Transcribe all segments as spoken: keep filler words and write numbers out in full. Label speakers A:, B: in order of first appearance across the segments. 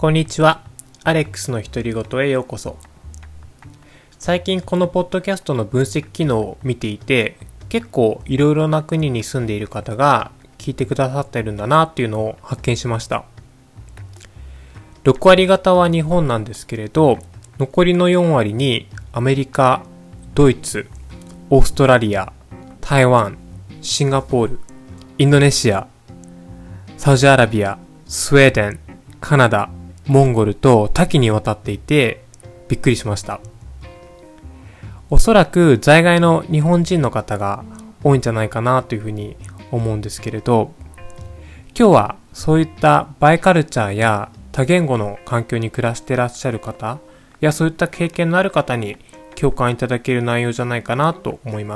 A: こんにちは。アレックスの独り言へようこそ。最近このポッドキャストの分析機能を見ていて、結構いろいろな国に住んでいる方が聞いてくださっているんだなっていうのを発見しました。ろくわり方は日本なんですけれど、残りのよんわりにアメリカ、ドイツ、オーストラリア、台湾、シンガポール、インドネシア、サウジアラビア、スウェーデン、カナダ、モンゴルと多岐にわたっていてびっくりしました。おそらく在外の日本人の方が多いんじゃないかなというふうに思うんですけれど、今日はそういったバイカルチャーや多言語の環境に暮らしていらっしゃる方やそういった経験のある方に共感いただける内容じゃないかなと思います。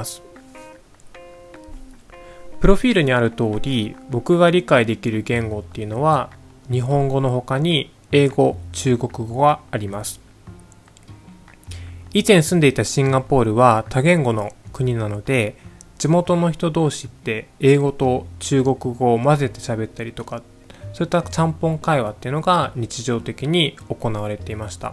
A: プロフィールにある通り、僕が理解できる言語っていうのは日本語の他に英語、中国語があります。以前住んでいたシンガポールは多言語の国なので、地元の人同士って英語と中国語を混ぜて喋ったりとか、そういったちゃんぽん会話っていうのが日常的に行われていました。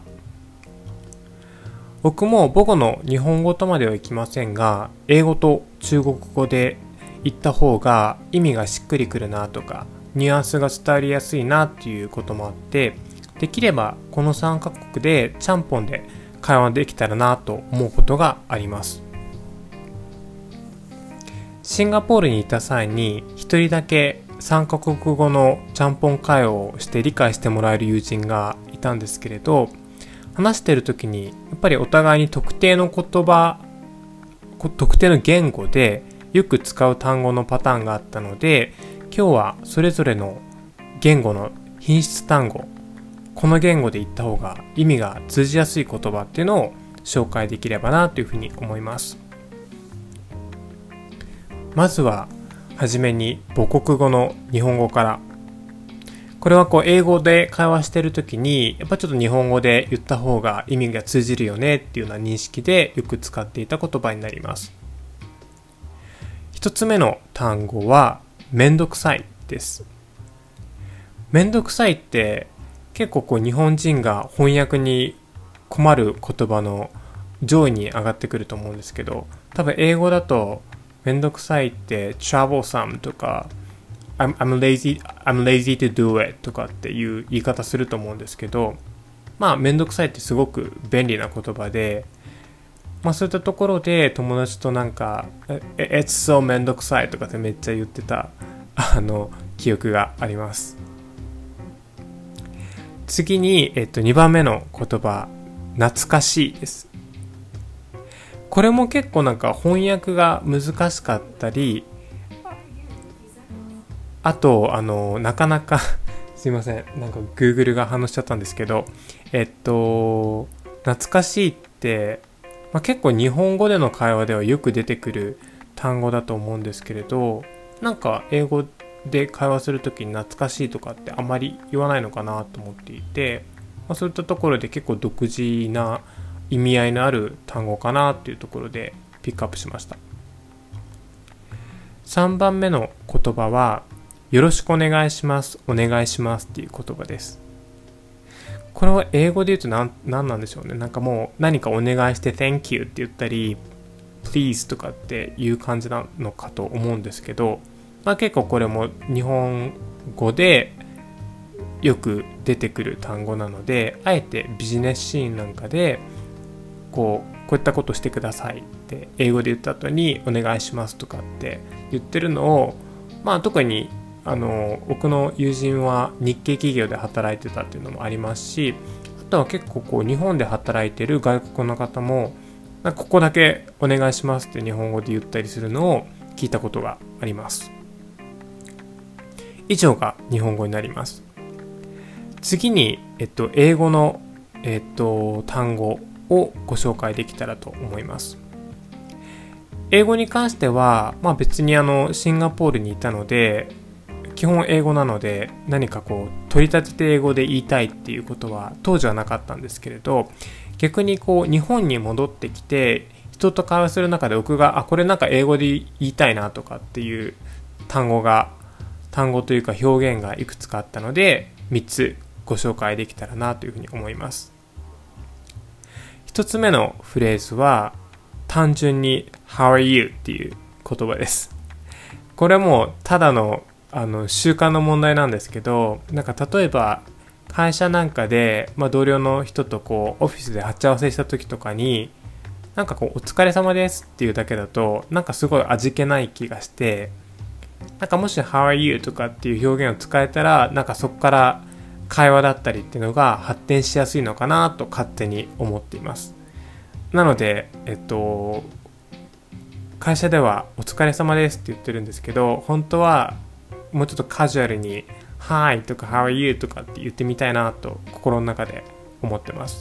A: 僕も母語の日本語とまではいきませんが、英語と中国語で言った方が意味がしっくりくるなとか、ニュアンスが伝わりやすいなっていうこともあって、できればこのさんカ国でちゃんぽんで会話できたらなと思うことがあります。シンガポールにいた際に一人だけさんカ国語のちゃんぽん会話をして理解してもらえる友人がいたんですけれど、話している時にやっぱりお互いに特定の言葉、特定の言語でよく使う単語のパターンがあったので、今日はそれぞれの言語の品質単語、この言語で言った方が意味が通じやすい言葉っていうのを紹介できればなというふうに思います。まずははじめに母国語の日本語から。これはこう英語で会話しているときにやっぱちょっと日本語で言った方が意味が通じるよねっていうような認識でよく使っていた言葉になります。一つ目の単語はめんどくさいです。めんどくさいって結構こう日本人が翻訳に困る言葉の上位に上がってくると思うんですけど、多分英語だとめんどくさいって troublesome とか I'm, I'm lazy I'm lazy to do it とかっていう言い方すると思うんですけど、まあめんどくさいってすごく便利な言葉で、まあそういったところで友達となんか It's so めんどくさいとかってめっちゃ言ってたあの記憶があります。次に、えっと、にばんめの言葉、懐かしいです。これも結構なんか翻訳が難しかったり、あと、あの、なかなかすいません、なんか Google が反応しちゃったんですけど、えっと、懐かしいって、まあ、結構日本語での会話ではよく出てくる単語だと思うんですけれど、なんか英語で会話するときに懐かしいとかってあまり言わないのかなと思っていて、まあ、そういったところで結構独自な意味合いのある単語かなっていうところでピックアップしました。さんばんめの言葉はよろしくお願いします、お願いしますっていう言葉です。これは英語で言うと何、何なんでしょうね。なんかもう何かお願いして Thank you って言ったり Please とかっていう感じなのかと思うんですけど、まあ、結構これも日本語でよく出てくる単語なので、あえてビジネスシーンなんかでこう、こういったことしてくださいって英語で言った後にお願いしますとかって言ってるのを、まあ特にあの僕の友人は日系企業で働いてたっていうのもありますし、あとは結構こう日本で働いてる外国の方もここだけお願いしますって日本語で言ったりするのを聞いたことがあります。以上が日本語になります。次に、えっと、英語の、えっと、単語をご紹介できたらと思います。英語に関しては、まあ、別にあのシンガポールにいたので基本英語なので何かこう取り立てて英語で言いたいっていうことは当時はなかったんですけれど、逆にこう日本に戻ってきて人と会話する中で僕があこれなんか英語で言いたいなとかっていう単語が単語というか表現がいくつかあったのでみっつご紹介できたらなというふうに思います。一つ目のフレーズは単純に How are you っていう言葉です。これもただのあの習慣の問題なんですけど、なんか例えば会社なんかで、まあ、同僚の人とこうオフィスで鉢合わせした時とかになんかこうお疲れ様ですっていうだけだとなんかすごい味気ない気がして、なんかもし How are you とかっていう表現を使えたらなんかそこから会話だったりっていうのが発展しやすいのかなと勝手に思っています。なのでえっと会社ではお疲れ様ですって言ってるんですけど、本当はもうちょっとカジュアルに Hi とか How are you とかって言ってみたいなと心の中で思ってます。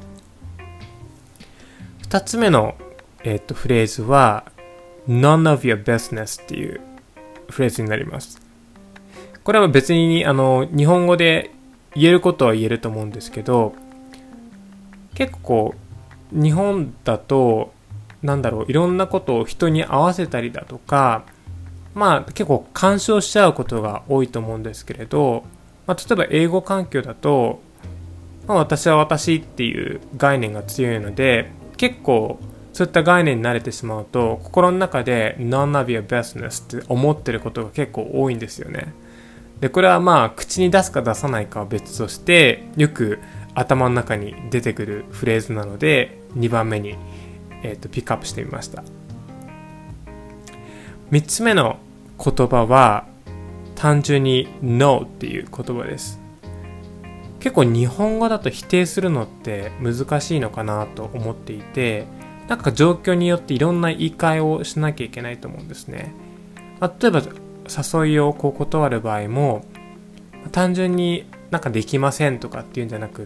A: 二つ目の、えー、とフレーズは None of your business っていうフレーズになります。これは別にあの日本語で言えることは言えると思うんですけど、結構日本だとなんだろう、いろんなことを人に合わせたりだとか、まあ結構干渉しちゃうことが多いと思うんですけれど、まあ、例えば英語環境だと、まあ、私は私っていう概念が強いので、結構そういった概念に慣れてしまうと心の中で None of your business って思ってることが結構多いんですよね。でこれはまあ口に出すか出さないかは別として、よく頭の中に出てくるフレーズなのでにばんめに、えー、とピックアップしてみました。みっつめの言葉は単純に No っていう言葉です。結構日本語だと否定するのって難しいのかなと思っていて、なんか状況によっていろんな言い換えをしなきゃいけないと思うんですね。例えば誘いをこう断る場合も単純になんかできませんとかっていうんじゃなくって、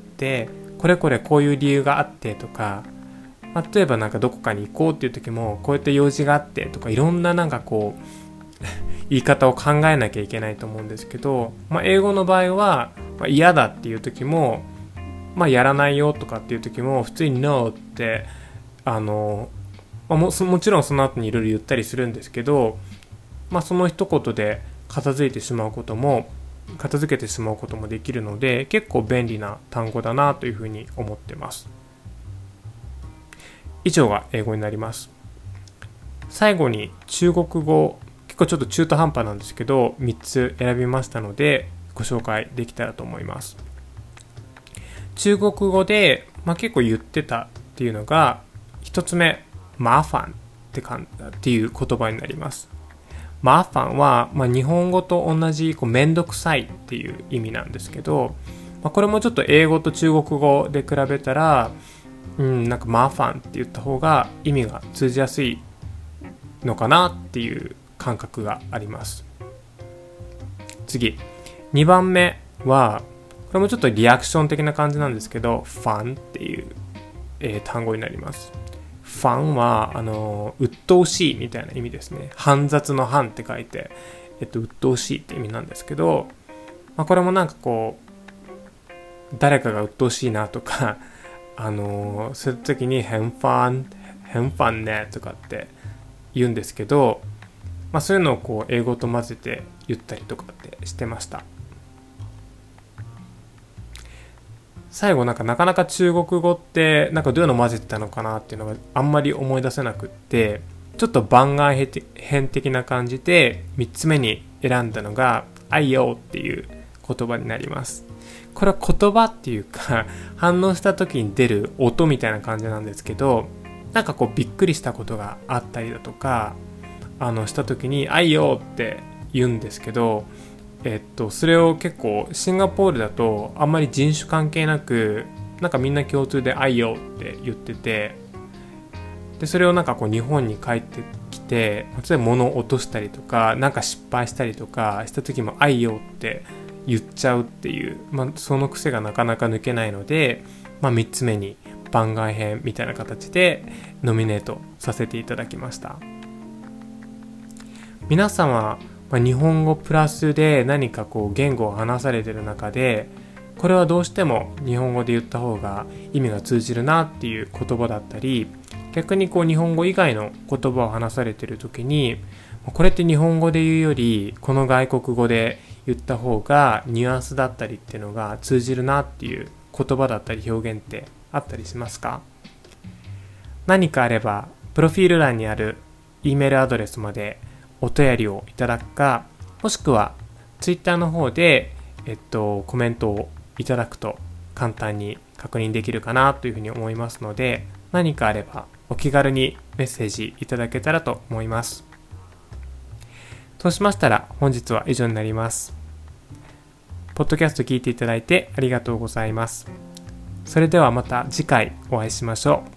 A: これこれこういう理由があってとか、例えばなんかどこかに行こうっていう時もこうやって用事があってとか、いろんななんかこう言い方を考えなきゃいけないと思うんですけど、まあ、英語の場合は、まあ、嫌だっていう時も、まあ、やらないよとかっていう時も普通に No ってあの、まあ、も, もちろんその後にいろいろ言ったりするんですけど、まあ、その一言で片付いてしまうことも片付けてしまうこともできるので、結構便利な単語だなというふうに思ってます。以上が英語になります。最後に中国語、結構ちょっと中途半端なんですけどみっつ選びましたのでご紹介できたらと思います。中国語で、まあ、結構言ってたっていうのが、ひとつめマファンってかんっていう言葉になります。マファンは、まあ、日本語と同じこうめんどくさいっていう意味なんですけど、まあ、これもちょっと英語と中国語で比べたら、うん、なんかマファンって言った方が意味が通じやすいのかなっていう感覚があります。次、にばんめはこれもちょっとリアクション的な感じなんですけど、ファンっていう、えー、単語になります。ファンはあの鬱陶しいみたいな意味ですね。煩雑の煩って書いて、えっと、鬱陶しいって意味なんですけど、まあ、これもなんかこう誰かが鬱陶しいなとかあのー、そういう時にヘンファンヘンファンねとかって言うんですけど、まあ、そういうのをこう英語と混ぜて言ったりとかってしてました。最後なんかなかなか中国語ってなんかどういうの混ぜてたのかなっていうのがあんまり思い出せなくって、ちょっと番外編的な感じでみっつめに選んだのがあいよっていう言葉になります。これは言葉っていうか反応した時に出る音みたいな感じなんですけど、なんかこうびっくりしたことがあったりだとかあのした時にあいよって言うんですけど、えっとそれを結構シンガポールだとあんまり人種関係なくなんかみんな共通であいよって言ってて、でそれをなんかこう日本に帰ってきて例えば物を落としたりとかなんか失敗したりとかした時もあいよって言っちゃうっていう、まあ、その癖がなかなか抜けないので、まあ、みっつめに番外編みたいな形でノミネートさせていただきました。皆様、まあ、日本語プラスで何かこう言語を話されている中で、これはどうしても日本語で言った方が意味が通じるなっていう言葉だったり、逆にこう日本語以外の言葉を話されている時にこれって日本語で言うよりこの外国語で言った方がニュアンスだったりっていうのが通じるなっていう言葉だったり表現ってあったりしますか？何かあればプロフィール欄にある E メールアドレスまでお便りをいただくか、もしくは Twitter の方で、えっと、コメントをいただくと簡単に確認できるかなというふうに思いますので、何かあればお気軽にメッセージいただけたらと思います。そうしましたら本日は以上になります。ポッドキャスト聞いていただいてありがとうございます。それではまた次回お会いしましょう。